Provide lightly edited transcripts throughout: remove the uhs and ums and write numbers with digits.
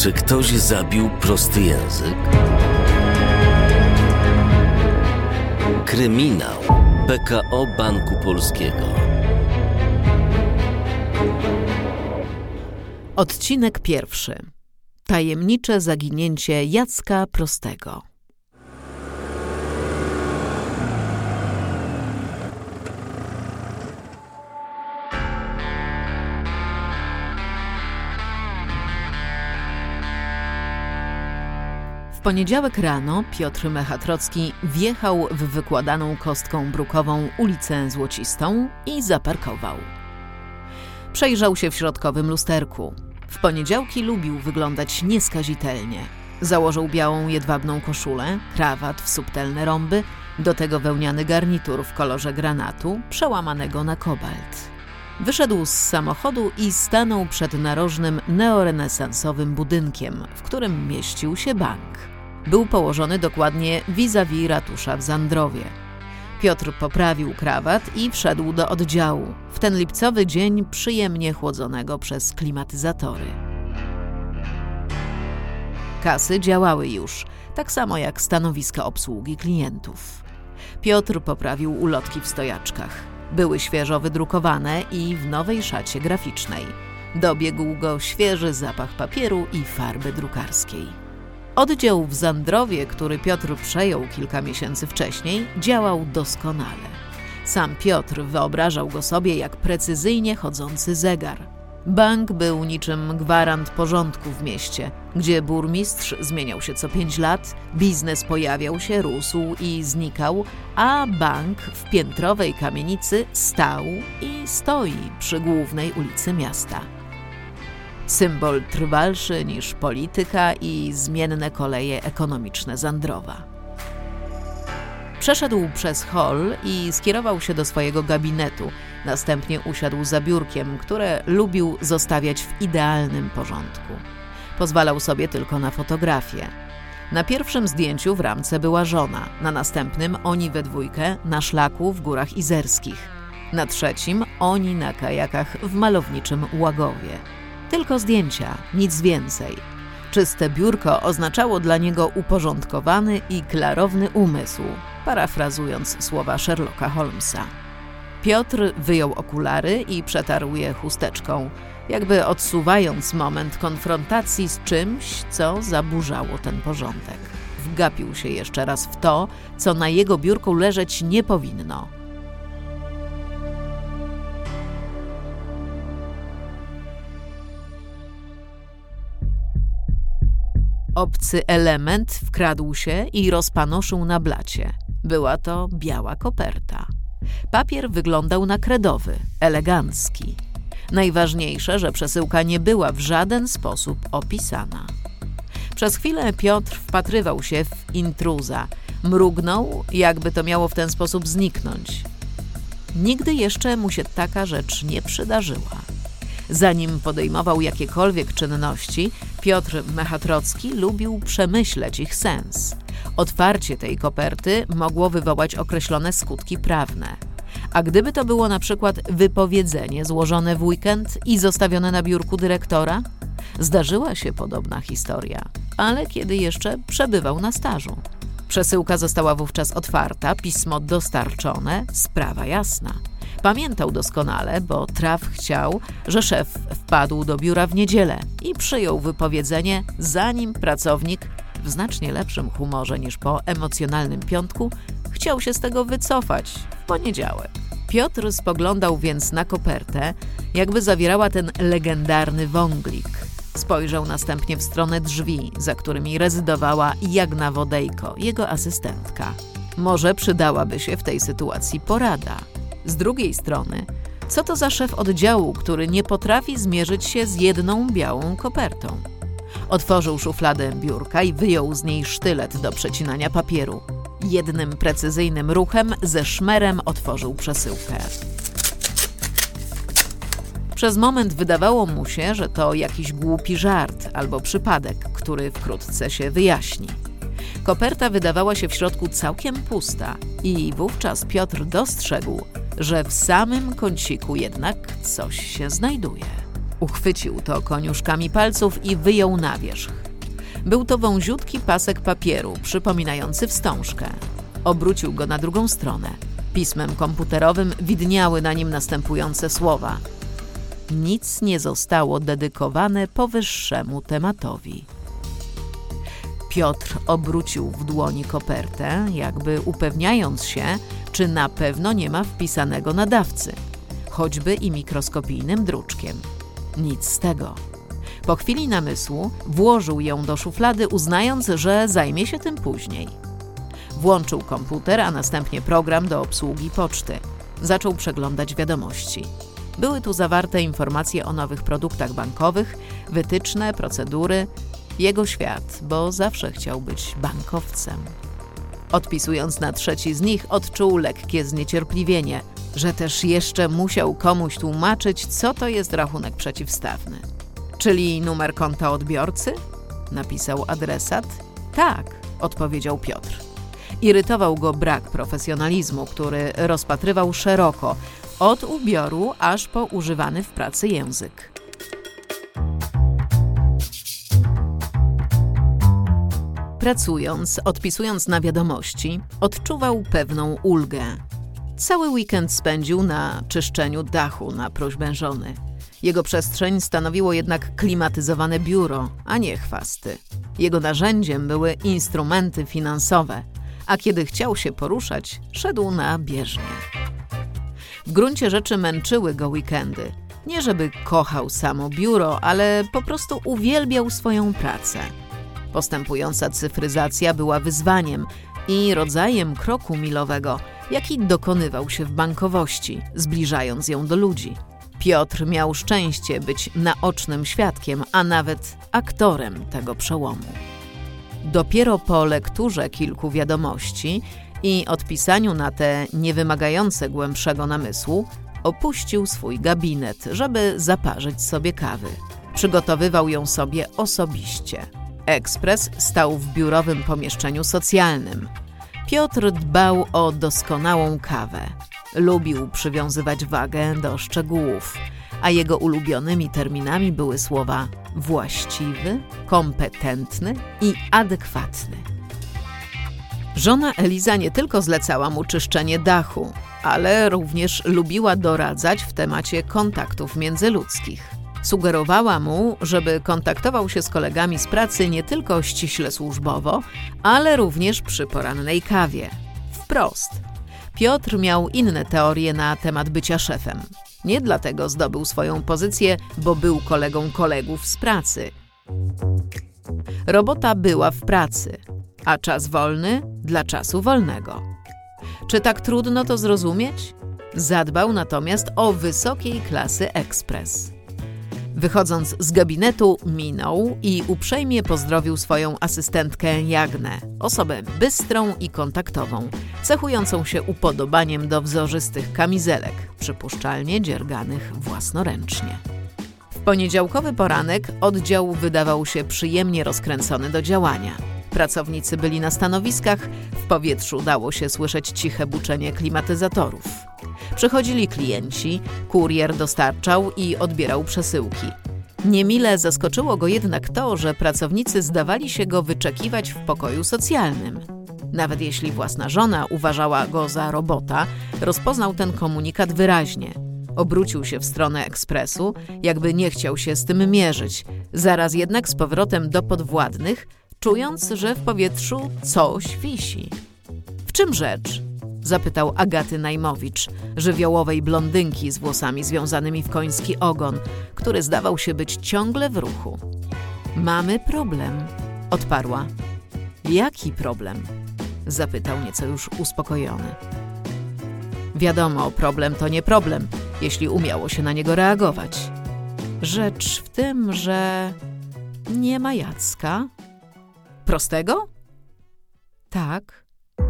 Czy ktoś zabił prosty język? Kryminał PKO Banku Polskiego. Odcinek 1. Tajemnicze zaginięcie Jacka Prostego. W poniedziałek rano Piotr Mechatrocki wjechał w wykładaną kostką brukową ulicę Złocistą i zaparkował. Przejrzał się w środkowym lusterku. W poniedziałki lubił wyglądać nieskazitelnie. Założył białą jedwabną koszulę, krawat w subtelne rąby, do tego wełniany garnitur w kolorze granatu, przełamanego na kobalt. Wyszedł z samochodu i stanął przed narożnym neorenesansowym budynkiem, w którym mieścił się bank. Był położony dokładnie vis-a-vis ratusza w Zandrowie. Piotr poprawił krawat i wszedł do oddziału, w ten lipcowy dzień przyjemnie chłodzonego przez klimatyzatory. Kasy działały już, tak samo jak stanowiska obsługi klientów. Piotr poprawił ulotki w stojaczkach. Były świeżo wydrukowane i w nowej szacie graficznej. Dobiegł go świeży zapach papieru i farby drukarskiej. Oddział w Zandrowie, który Piotr przejął kilka miesięcy wcześniej, działał doskonale. Sam Piotr wyobrażał go sobie jak precyzyjnie chodzący zegar. Bank był niczym gwarant porządku w mieście, gdzie burmistrz zmieniał się co 5 lat, biznes pojawiał się, rósł i znikał, a bank w piętrowej kamienicy stał i stoi przy głównej ulicy miasta. Symbol trwalszy niż polityka i zmienne koleje ekonomiczne Zandrowa. Przeszedł przez hol i skierował się do swojego gabinetu. Następnie usiadł za biurkiem, które lubił zostawiać w idealnym porządku. Pozwalał sobie tylko na fotografię. Na pierwszym zdjęciu w ramce była żona, na następnym oni we dwójkę na szlaku w Górach Izerskich. Na trzecim oni na kajakach w malowniczym Łagowie. Tylko zdjęcia, nic więcej. Czyste biurko oznaczało dla niego uporządkowany i klarowny umysł, parafrazując słowa Sherlocka Holmesa. Piotr wyjął okulary i przetarł je chusteczką, jakby odsuwając moment konfrontacji z czymś, co zaburzało ten porządek. Wgapił się jeszcze raz w to, co na jego biurku leżeć nie powinno. Obcy element wkradł się i rozpanoszył na blacie. Była to biała koperta. Papier wyglądał na kredowy, elegancki. Najważniejsze, że przesyłka nie była w żaden sposób opisana. Przez chwilę Piotr wpatrywał się w intruza. Mrugnął, jakby to miało w ten sposób zniknąć. Nigdy jeszcze mu się taka rzecz nie przydarzyła. Zanim podejmował jakiekolwiek czynności, Piotr Mechatrocki lubił przemyśleć ich sens. Otwarcie tej koperty mogło wywołać określone skutki prawne. A gdyby to było na przykład wypowiedzenie złożone w weekend i zostawione na biurku dyrektora? Zdarzyła się podobna historia, ale kiedy jeszcze przebywał na stażu. Przesyłka została wówczas otwarta, pismo dostarczone, sprawa jasna. Pamiętał doskonale, bo traf chciał, że szef wpadł do biura w niedzielę i przyjął wypowiedzenie, zanim pracownik, w znacznie lepszym humorze niż po emocjonalnym piątku, chciał się z tego wycofać w poniedziałek. Piotr spoglądał więc na kopertę, jakby zawierała ten legendarny wąglik. Spojrzał następnie w stronę drzwi, za którymi rezydowała Jagna Wodejko, jego asystentka. Może przydałaby się w tej sytuacji porada. Z drugiej strony, co to za szef oddziału, który nie potrafi zmierzyć się z jedną białą kopertą? Otworzył szufladę biurka i wyjął z niej sztylet do przecinania papieru. Jednym precyzyjnym ruchem ze szmerem otworzył przesyłkę. Przez moment wydawało mu się, że to jakiś głupi żart albo przypadek, który wkrótce się wyjaśni. Koperta wydawała się w środku całkiem pusta i wówczas Piotr dostrzegł, że w samym kąciku jednak coś się znajduje. Uchwycił to koniuszkami palców i wyjął na wierzch. Był to wąziutki pasek papieru, przypominający wstążkę. Obrócił go na drugą stronę. Pismem komputerowym widniały na nim następujące słowa: nic nie zostało dedykowane powyższemu tematowi. Piotr obrócił w dłoni kopertę, jakby upewniając się, czy na pewno nie ma wpisanego nadawcy, choćby i mikroskopijnym druczkiem. Nic z tego. Po chwili namysłu włożył ją do szuflady, uznając, że zajmie się tym później. Włączył komputer, a następnie program do obsługi poczty. Zaczął przeglądać wiadomości. Były tu zawarte informacje o nowych produktach bankowych, wytyczne, procedury. Jego świat, bo zawsze chciał być bankowcem. Odpisując na trzeci z nich, odczuł lekkie zniecierpliwienie, że też jeszcze musiał komuś tłumaczyć, co to jest rachunek przeciwstawny. Czyli numer konta odbiorcy? Napisał adresat. Tak, odpowiedział Piotr. Irytował go brak profesjonalizmu, który rozpatrywał szeroko, od ubioru aż po używany w pracy język. Pracując, odpisując na wiadomości, odczuwał pewną ulgę. Cały weekend spędził na czyszczeniu dachu na prośbę żony. Jego przestrzeń stanowiło jednak klimatyzowane biuro, a nie chwasty. Jego narzędziem były instrumenty finansowe, a kiedy chciał się poruszać, szedł na bieżnię. W gruncie rzeczy męczyły go weekendy. Nie żeby kochał samo biuro, ale po prostu uwielbiał swoją pracę. Postępująca cyfryzacja była wyzwaniem i rodzajem kroku milowego, jaki dokonywał się w bankowości, zbliżając ją do ludzi. Piotr miał szczęście być naocznym świadkiem, a nawet aktorem tego przełomu. Dopiero po lekturze kilku wiadomości i odpisaniu na te niewymagające głębszego namysłu, opuścił swój gabinet, żeby zaparzyć sobie kawy. Przygotowywał ją sobie osobiście. Ekspres stał w biurowym pomieszczeniu socjalnym. Piotr dbał o doskonałą kawę. Lubił przywiązywać wagę do szczegółów, a jego ulubionymi terminami były słowa właściwy, kompetentny i adekwatny. Żona Eliza nie tylko zlecała mu czyszczenie dachu, ale również lubiła doradzać w temacie kontaktów międzyludzkich. Sugerowała mu, żeby kontaktował się z kolegami z pracy nie tylko ściśle służbowo, ale również przy porannej kawie. Wprost. Piotr miał inne teorie na temat bycia szefem. Nie dlatego zdobył swoją pozycję, bo był kolegą kolegów z pracy. Robota była w pracy, a czas wolny dla czasu wolnego. Czy tak trudno to zrozumieć? Zadbał natomiast o wysokiej klasy ekspres. Wychodząc z gabinetu, minął i uprzejmie pozdrowił swoją asystentkę Jagnę, osobę bystrą i kontaktową, cechującą się upodobaniem do wzorzystych kamizelek, przypuszczalnie dzierganych własnoręcznie. W poniedziałkowy poranek oddział wydawał się przyjemnie rozkręcony do działania. Pracownicy byli na stanowiskach, w powietrzu dało się słyszeć ciche buczenie klimatyzatorów. Przychodzili klienci, kurier dostarczał i odbierał przesyłki. Niemile zaskoczyło go jednak to, że pracownicy zdawali się go wyczekiwać w pokoju socjalnym. Nawet jeśli własna żona uważała go za robota, rozpoznał ten komunikat wyraźnie. Obrócił się w stronę ekspresu, jakby nie chciał się z tym mierzyć, zaraz jednak z powrotem do podwładnych, czując, że w powietrzu coś wisi. W czym rzecz? Zapytał Agaty Najmowicz, żywiołowej blondynki z włosami związanymi w koński ogon, który zdawał się być ciągle w ruchu. Mamy problem, odparła. Jaki problem? Zapytał nieco już uspokojony. Wiadomo, problem to nie problem, jeśli umiało się na niego reagować. Rzecz w tym, że nie ma Jacka. Prostego? Tak.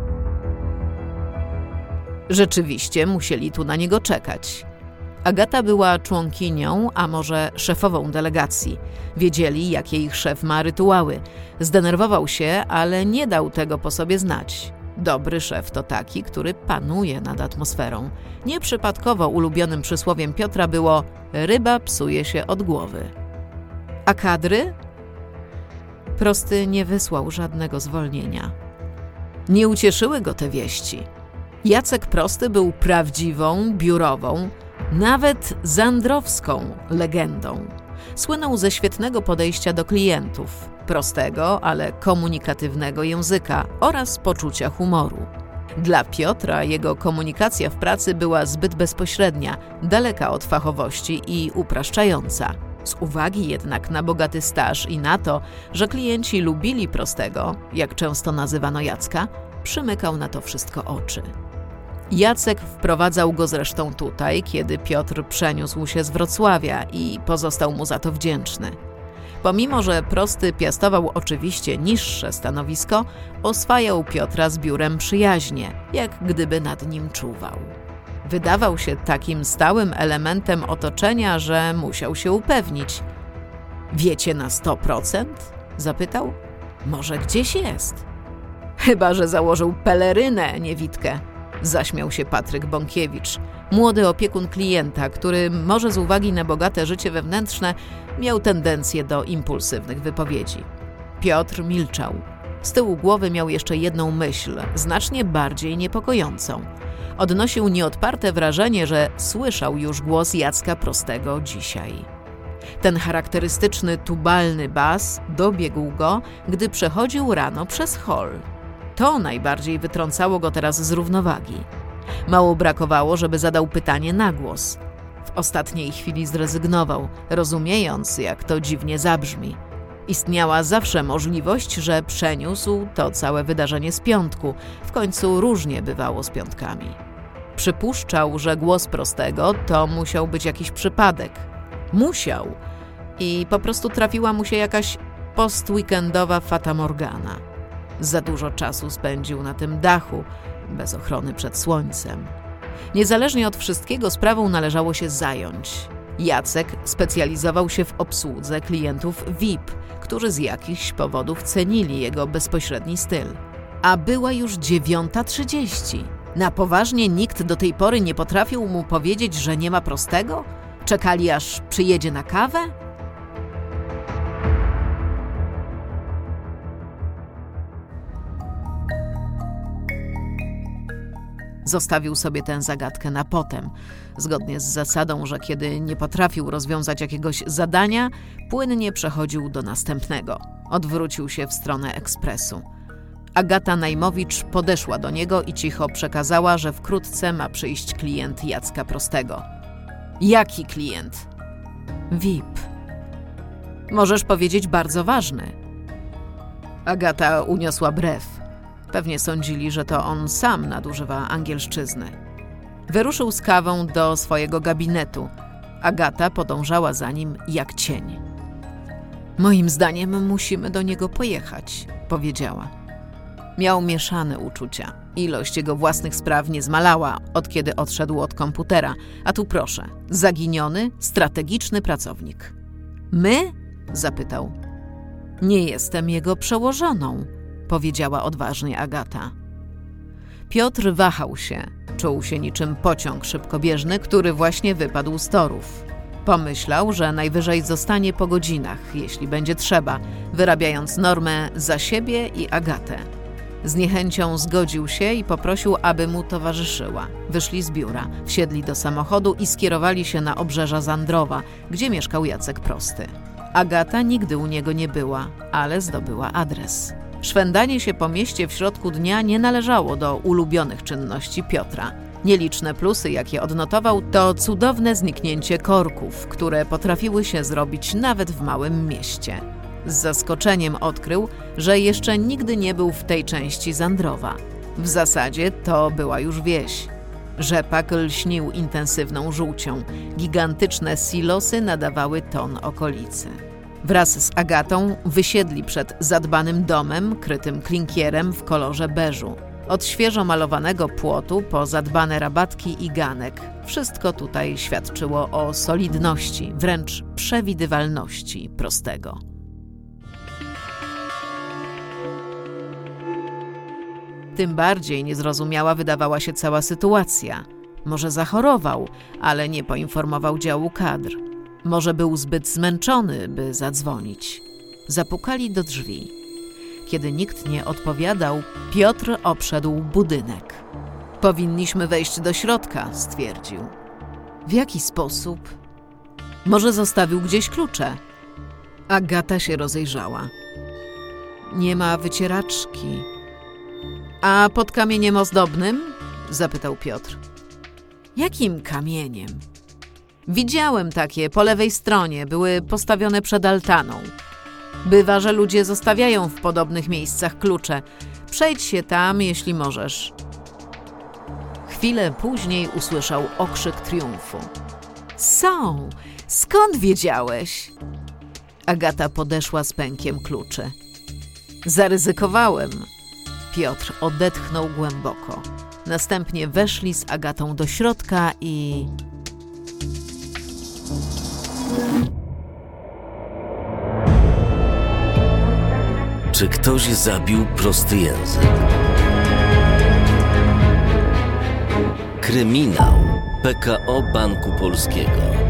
Rzeczywiście musieli tu na niego czekać. Agata była członkinią, a może szefową delegacji. Wiedzieli, jakie ich szef ma rytuały. Zdenerwował się, ale nie dał tego po sobie znać. Dobry szef to taki, który panuje nad atmosferą. Nieprzypadkowo ulubionym przysłowiem Piotra było: ryba psuje się od głowy. A kadry? Prosty nie wysłał żadnego zwolnienia. Nie ucieszyły go te wieści. Jacek Prosty był prawdziwą, biurową, nawet zandrowską legendą. Słynął ze świetnego podejścia do klientów, prostego, ale komunikatywnego języka oraz poczucia humoru. Dla Piotra jego komunikacja w pracy była zbyt bezpośrednia, daleka od fachowości i upraszczająca. Z uwagi jednak na bogaty staż i na to, że klienci lubili Prostego, jak często nazywano Jacka, przymykał na to wszystko oczy. Jacek wprowadzał go zresztą tutaj, kiedy Piotr przeniósł się z Wrocławia i pozostał mu za to wdzięczny. Pomimo że Prosty piastował oczywiście niższe stanowisko, oswajał Piotra z biurem przyjaźnie, jak gdyby nad nim czuwał. Wydawał się takim stałym elementem otoczenia, że musiał się upewnić. Wiecie na 100%? Zapytał. Może gdzieś jest? Chyba że założył pelerynę, niewidkę. Zaśmiał się Patryk Bąkiewicz, młody opiekun klienta, który może z uwagi na bogate życie wewnętrzne miał tendencję do impulsywnych wypowiedzi. Piotr milczał. Z tyłu głowy miał jeszcze jedną myśl, znacznie bardziej niepokojącą. Odnosił nieodparte wrażenie, że słyszał już głos Jacka Prostego dzisiaj. Ten charakterystyczny tubalny bas dobiegł go, gdy przechodził rano przez hol. To najbardziej wytrącało go teraz z równowagi. Mało brakowało, żeby zadał pytanie na głos. W ostatniej chwili zrezygnował, rozumiejąc, jak to dziwnie zabrzmi. Istniała zawsze możliwość, że przeniósł to całe wydarzenie z piątku. W końcu różnie bywało z piątkami. Przypuszczał, że głos Prostego to musiał być jakiś przypadek. Musiał. I po prostu trafiła mu się jakaś postweekendowa fatamorgana. Za dużo czasu spędził na tym dachu, bez ochrony przed słońcem. Niezależnie od wszystkiego sprawą należało się zająć. Jacek specjalizował się w obsłudze klientów VIP, którzy z jakichś powodów cenili jego bezpośredni styl. A była już 9:30. Na poważnie nikt do tej pory nie potrafił mu powiedzieć, że nie ma Prostego? Czekali, aż przyjedzie na kawę? Zostawił sobie tę zagadkę na potem, zgodnie z zasadą, że kiedy nie potrafił rozwiązać jakiegoś zadania, płynnie przechodził do następnego. Odwrócił się w stronę ekspresu. Agata Najmowicz podeszła do niego i cicho przekazała, że wkrótce ma przyjść klient Jacka Prostego. Jaki klient? VIP. Możesz powiedzieć bardzo ważny. Agata uniosła brew. Pewnie sądzili, że to on sam nadużywa angielszczyzny. Wyruszył z kawą do swojego gabinetu. Agata podążała za nim jak cień. Moim zdaniem musimy do niego pojechać, powiedziała. Miał mieszane uczucia. Ilość jego własnych spraw nie zmalała, od kiedy odszedł od komputera. A tu proszę, zaginiony, strategiczny pracownik. My? Zapytał. Nie jestem jego przełożoną, powiedziała odważnie Agata. Piotr wahał się. Czuł się niczym pociąg szybkobieżny, który właśnie wypadł z torów. Pomyślał, że najwyżej zostanie po godzinach, jeśli będzie trzeba, wyrabiając normę za siebie i Agatę. Z niechęcią zgodził się i poprosił, aby mu towarzyszyła. Wyszli z biura, wsiedli do samochodu i skierowali się na obrzeża Zandrowa, gdzie mieszkał Jacek Prosty. Agata nigdy u niego nie była, ale zdobyła adres. Szwendanie się po mieście w środku dnia nie należało do ulubionych czynności Piotra. Nieliczne plusy, jakie odnotował, to cudowne zniknięcie korków, które potrafiły się zrobić nawet w małym mieście. Z zaskoczeniem odkrył, że jeszcze nigdy nie był w tej części Zandrowa. W zasadzie to była już wieś. Rzepak lśnił intensywną żółcią. Gigantyczne silosy nadawały ton okolicy. Wraz z Agatą wysiedli przed zadbanym domem, krytym klinkierem w kolorze beżu. Od świeżo malowanego płotu po zadbane rabatki i ganek. Wszystko tutaj świadczyło o solidności, wręcz przewidywalności Prostego. Tym bardziej niezrozumiała wydawała się cała sytuacja. Może zachorował, ale nie poinformował działu kadr. Może był zbyt zmęczony, by zadzwonić. Zapukali do drzwi. Kiedy nikt nie odpowiadał, Piotr obszedł budynek. Powinniśmy wejść do środka, stwierdził. W jaki sposób? Może zostawił gdzieś klucze? Agata się rozejrzała. Nie ma wycieraczki. A pod kamieniem ozdobnym? Zapytał Piotr. Jakim kamieniem? Widziałem takie po lewej stronie, były postawione przed altaną. Bywa, że ludzie zostawiają w podobnych miejscach klucze. Przejdź się tam, jeśli możesz. Chwilę później usłyszał okrzyk triumfu. Są! Skąd wiedziałeś? Agata podeszła z pękiem kluczy. Zaryzykowałem. Piotr odetchnął głęboko. Następnie weszli z Agatą do środka i... Czy ktoś zabił prosty język? Kryminał PKO Banku Polskiego.